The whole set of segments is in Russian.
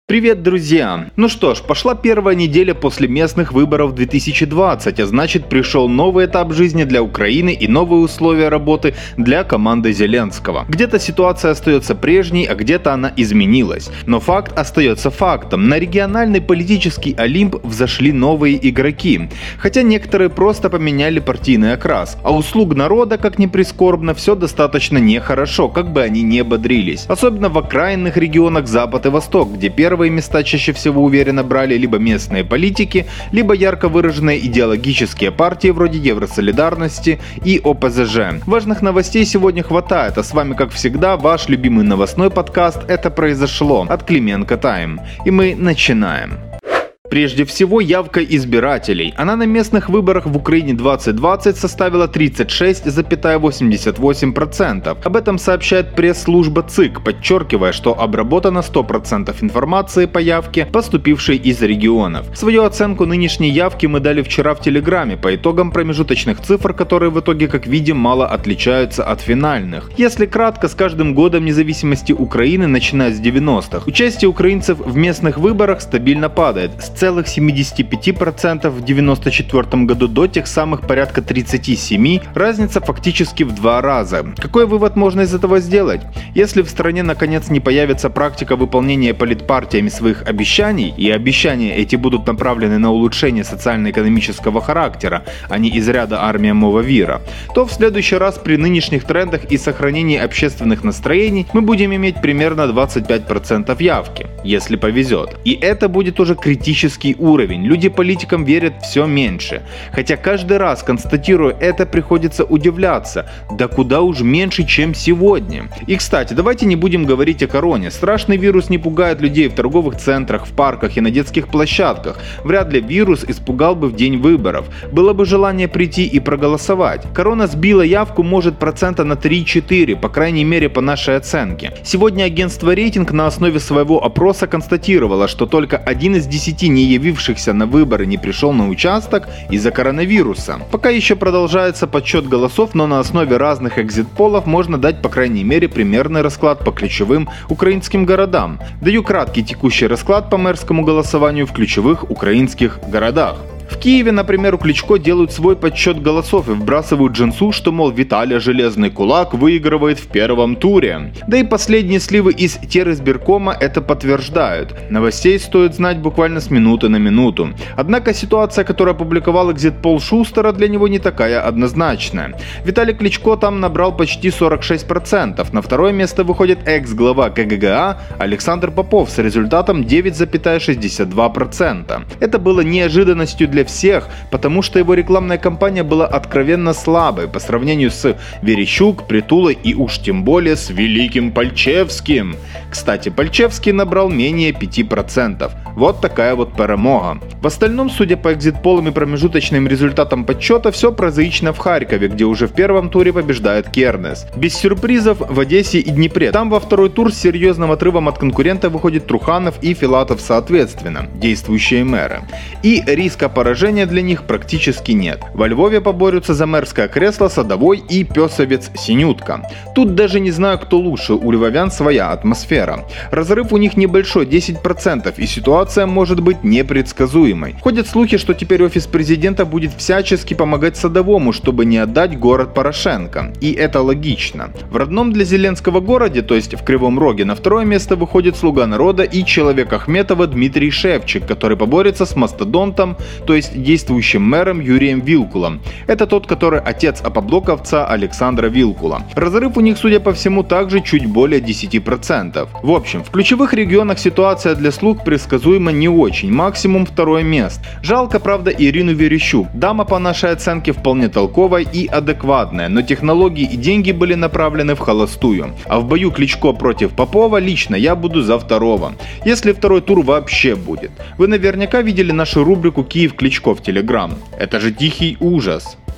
Привет, друзья! Ну что ж, пошла первая неделя после местных выборов 2020, а значит пришел новый этап жизни для Украины и новые условия работы для команды Зеленского. Где-то ситуация остается прежней, а где-то она изменилась. Но факт остается фактом. На региональный политический Олимп взошли новые игроки. Хотя некоторые просто поменяли партийный окрас. А у слуг народа, как ни прискорбно, все достаточно нехорошо, как бы они ни бодрились. Особенно в окраинных регионах Запад и Восток, где первые места чаще всего уверенно брали либо местные политики, либо ярко выраженные идеологические партии вроде Евросолидарности и ОПЗЖ. Важных новостей сегодня хватает, а с вами, как всегда, ваш любимый новостной подкаст «Это произошло» от Клименко Тайм. И мы начинаем. Прежде всего, явка избирателей. Она на местных выборах в Украине 2020 составила 36,88%. Об этом сообщает пресс-служба ЦИК, подчеркивая, что обработано 100% информации по явке, поступившей из регионов. Свою оценку нынешней явки мы дали вчера в Телеграме по итогам промежуточных цифр, которые в итоге, как видим, мало отличаются от финальных. Если кратко, с каждым годом независимости Украины, начиная с 90-х, участие украинцев в местных выборах стабильно падает с целых 75% в 1994 году до тех самых порядка 37%, разница фактически в 2 раза. Какой вывод можно из этого сделать? Если в стране наконец не появится практика выполнения политпартиями своих обещаний, и обещания эти будут направлены на улучшение социально-экономического характера, а не из ряда армия Мовавира, то в следующий раз при нынешних трендах и сохранении общественных настроений мы будем иметь примерно 25% явки, если повезет. И это будет уже критический уровень. Люди политикам верят все меньше. Хотя каждый раз, констатируя это, приходится удивляться. Да куда уж меньше, чем сегодня. И, кстати, давайте не будем говорить о короне. Страшный вирус не пугает людей в торговых центрах, в парках и на детских площадках. Вряд ли вирус испугал бы в день выборов. Было бы желание прийти и проголосовать. Корона сбила явку, может, процента на 3-4, по крайней мере по нашей оценке. Сегодня агентство «Рейтинг» на основе своего опроса констатировало, что только 1 из 10 не явившихся на выборы не пришел на участок из-за коронавируса. Пока еще продолжается подсчет голосов, но на основе разных экзит-полов можно дать по крайней мере примерный расклад по ключевым украинским городам. Даю краткий текущий расклад по мэрскому голосованию в ключевых украинских городах. В Киеве, например, у Кличко делают свой подсчет голосов и вбрасывают джинсу, что, мол, Виталий Железный Кулак выигрывает в первом туре. Да и последние сливы из Теризбиркома это подтверждают. Новостей стоит знать буквально с минуты на минуту. Однако ситуация, которую опубликовал экзит-пол Шустера, для него не такая однозначная. Виталий Кличко там набрал почти 46%. На второе место выходит экс-глава КГГА Александр Попов с результатом 9,62%. Это было неожиданностью для всех, потому что его рекламная кампания была откровенно слабой по сравнению с Верещук, Притулой и уж тем более с Великим Пальчевским. Кстати, Пальчевский набрал менее 5%. Вот такая вот перемога. В остальном, судя по экзит-полам и промежуточным результатам подсчета, все прозаично в Харькове, где уже в первом туре побеждает Кернес. Без сюрпризов в Одессе и Днепре. Там во второй тур с серьезным отрывом от конкурента выходит Труханов и Филатов соответственно, действующие мэры. И риска поражения для них практически нет. Во Львове поборются за мэрское кресло Садовой и песовец Синютка. Тут даже не знаю, кто лучше, у львовян своя атмосфера. Разрыв у них небольшой, 10%, и ситуация может быть непредсказуемой. Ходят слухи, что теперь офис президента будет всячески помогать Садовому, чтобы не отдать город Порошенко. И это логично. В родном для Зеленского городе, то есть в Кривом Роге, на второе место выходит слуга народа и человек Ахметова Дмитрий Шевчик, который поборется с мастодонтом, то есть действующим мэром Юрием Вилкулом. Это тот, который отец опоблоковца Александра Вилкула. Разрыв у них, судя по всему, также чуть более 10%. В общем, в ключевых регионах ситуация для слуг предсказуема не очень, максимум второе место. Жалко, правда, Ирину Верещук. Дама, по нашей оценке, вполне толковая и адекватная, но технологии и деньги были направлены в холостую. А в бою Кличко против Попова лично я буду за второго. Если второй тур вообще будет. Вы наверняка видели нашу рубрику «Киев Кличко» в Телеграм. Это же тихий ужас.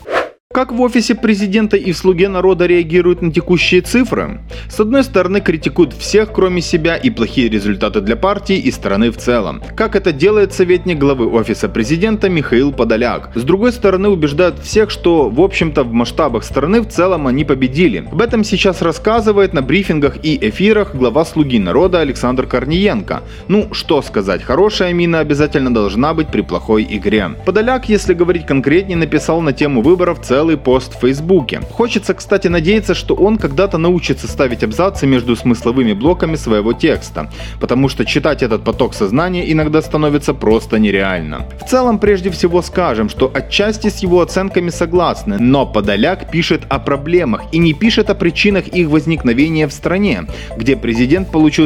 Как в офисе президента и в «Слуге народа» реагируют на текущие цифры? С одной стороны, критикуют всех, кроме себя, и плохие результаты для партии и страны в целом. Как это делает советник главы офиса президента Михаил Подоляк. С другой стороны, убеждают всех, что, в общем-то, в масштабах страны в целом они победили. Об этом сейчас рассказывает на брифингах и эфирах глава «Слуги народа» Александр Корниенко. Ну, что сказать, хорошая мина обязательно должна быть при плохой игре. Подоляк, если говорить конкретнее, написал на тему выборов целый пост в Фейсбуке. Хочется, кстати, надеяться, что он когда-то научится ставить абзацы между смысловыми блоками своего текста, потому что читать этот поток сознания иногда становится просто нереально. В целом, прежде всего скажем, что отчасти с его оценками согласны, но Подоляк пишет о проблемах и не пишет о причинах их возникновения в стране, где президент получил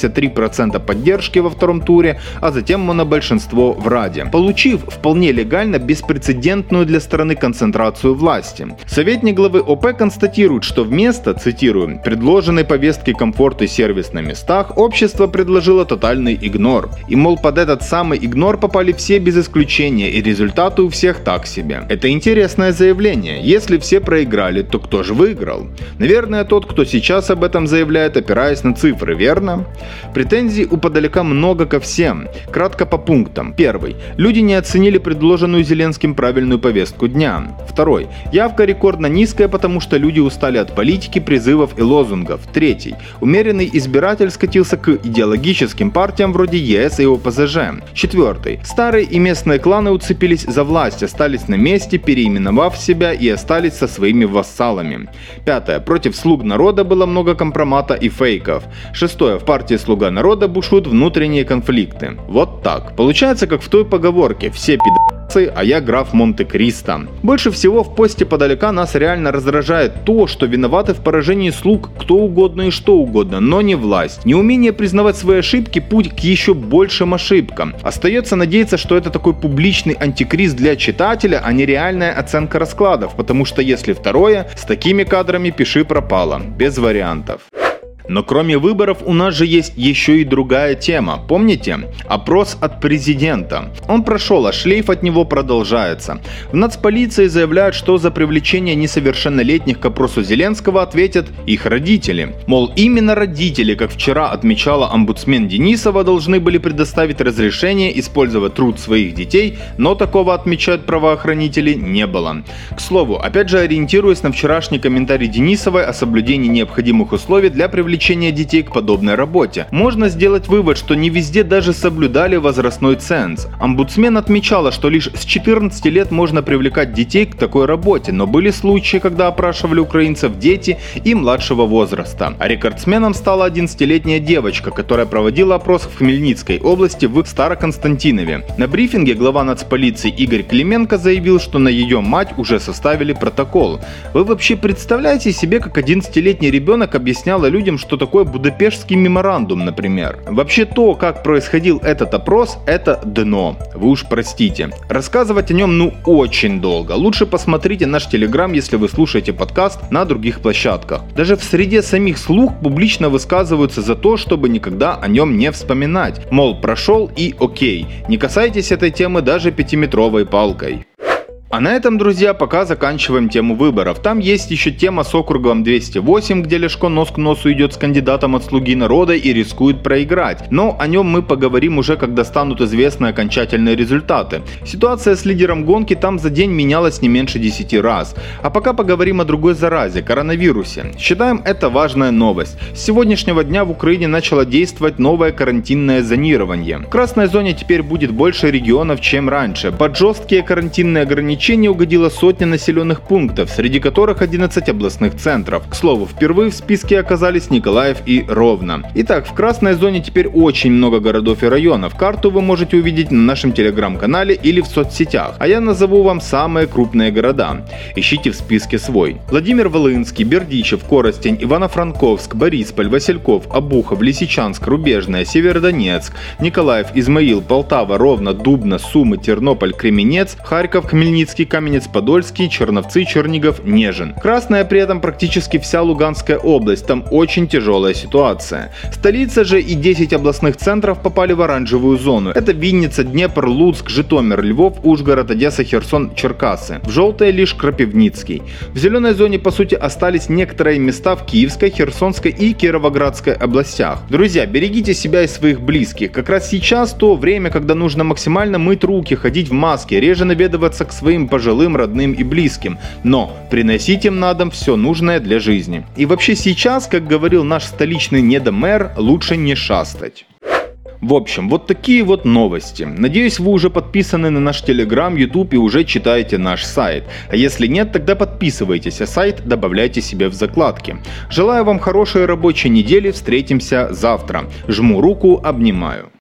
73% поддержки во втором туре, а затем монобольшинство в Раде, получив вполне легально беспрецедентную для страны концентрацию власти. Советник главы ОП констатирует, что вместо, цитирую, предложенной повестки комфорта и сервис на местах, общество предложило тотальный игнор. И, мол, под этот самый игнор попали все без исключения, и результаты у всех так себе. Это интересное заявление. Если все проиграли, то кто же выиграл? Наверное, тот, кто сейчас об этом заявляет, опираясь на цифры, верно? Претензий у Подоляка много ко всем. Кратко по пунктам. Первый. Люди не оценили предложенную Зеленским правильную повестку дня. Второй. Явка рекордно низкая, потому что люди устали от политики, призывов и лозунгов. Третий. Умеренный избиратель скатился к идеологическим партиям вроде ЕС и ОПЗЖ. Четвертый. Старые и местные кланы уцепились за власть, остались на месте, переименовав себя и остались со своими вассалами. Пятое. Против «Слуг народа» было много компромата и фейков. Шестое. В партии «Слуга народа» бушуют внутренние конфликты. Вот так. Получается, как в той поговорке: все пидорасы, а я граф Монте-Кристо. Больше всего в посте Подоляка нас реально раздражает то, что виноваты в поражении «Слуг» кто угодно и что угодно, но не власть. Неумение признавать свои ошибки – путь к еще большим ошибкам. Остается надеяться, что это такой публичный антикриз для читателя, а не реальная оценка раскладов, потому что если второе, с такими кадрами пиши пропало. Без вариантов. Но кроме выборов у нас же есть еще и другая тема. Помните? Опрос от президента. Он прошел, а шлейф от него продолжается. В нацполиции заявляют, что за привлечение несовершеннолетних к опросу Зеленского ответят их родители. Мол, именно родители, как вчера отмечала омбудсмен Денисова, должны были предоставить разрешение использовать труд своих детей, но такого, отмечают правоохранители, не было. К слову, опять же ориентируясь на вчерашний комментарий Денисовой о соблюдении необходимых условий для привлечения детей к подобной работе, можно сделать вывод, что не везде даже соблюдали возрастной ценз. Омбудсмен отмечала, что лишь с 14 лет можно привлекать детей к такой работе, но были случаи, когда опрашивали украинцев дети и младшего возраста. А рекордсменом стала 11-летняя девочка, которая проводила опрос в Хмельницкой области в Староконстантинове. На брифинге глава нацполиции Игорь Клименко заявил, что на ее мать уже составили протокол. Вы вообще представляете себе, как 11-летний ребенок объясняла людям, что такое Будапештский меморандум, например? Вообще то, как происходил этот опрос, это дно. Вы уж простите. Рассказывать о нем очень долго. Лучше посмотрите наш телеграм, если вы слушаете подкаст на других площадках. Даже в среде самих «Слуг» публично высказываются за то, чтобы никогда о нем не вспоминать. Мол, прошел и окей. Не касайтесь этой темы даже 5-метровой палкой. А на этом, друзья, пока заканчиваем тему выборов. Там есть еще тема с округом 208, где Ляшко нос к носу идет с кандидатом от «Слуги народа» и рискует проиграть. Но о нем мы поговорим уже, когда станут известны окончательные результаты. Ситуация с лидером гонки там за день менялась не меньше 10 раз. А пока поговорим о другой заразе – коронавирусе. Считаем это важная новость. С сегодняшнего дня в Украине начало действовать новое карантинное зонирование. В красной зоне теперь будет больше регионов, чем раньше. Под жесткие карантинные ограничения угодила сотня населенных пунктов, среди которых 11 областных центров. К слову, впервые в списке оказались Николаев и Ровно. Итак, в красной зоне теперь очень много городов и районов. Карту вы можете увидеть на нашем телеграм-канале или в соцсетях. А я назову вам самые крупные города. Ищите в списке свой. Владимир-Волынский, Бердичев, Коростень, Ивано-Франковск, Борисполь, Васильков, Обухов, Лисичанск, Рубежное, Северодонецк, Николаев, Измаил, Полтава, Ровно, Дубна, Сумы, Тернополь, Кременец, Харьков, Хмельницкий, Кропивницкий, Каменец-Подольский, Черновцы, Чернигов, Нежин. Красная при этом практически вся Луганская область, там очень тяжелая ситуация. Столица же и 10 областных центров попали в оранжевую зону. Это Винница, Днепр, Луцк, Житомир, Львов, Ужгород, Одесса, Херсон, Черкассы. В желтой лишь Кропивницкий. В зеленой зоне по сути остались некоторые места в Киевской, Херсонской и Кировоградской областях. Друзья, берегите себя и своих близких. Как раз сейчас то время, когда нужно максимально мыть руки, ходить в маске, реже наведываться к своим пожилым, родным и близким. Но приносить им на дом все нужное для жизни. И вообще сейчас, как говорил наш столичный недомэр, лучше не шастать. В общем, вот такие вот новости. Надеюсь, вы уже подписаны на наш Telegram, YouTube и уже читаете наш сайт. А если нет, тогда подписывайтесь, а сайт добавляйте себе в закладки. Желаю вам хорошей рабочей недели, встретимся завтра. Жму руку, обнимаю.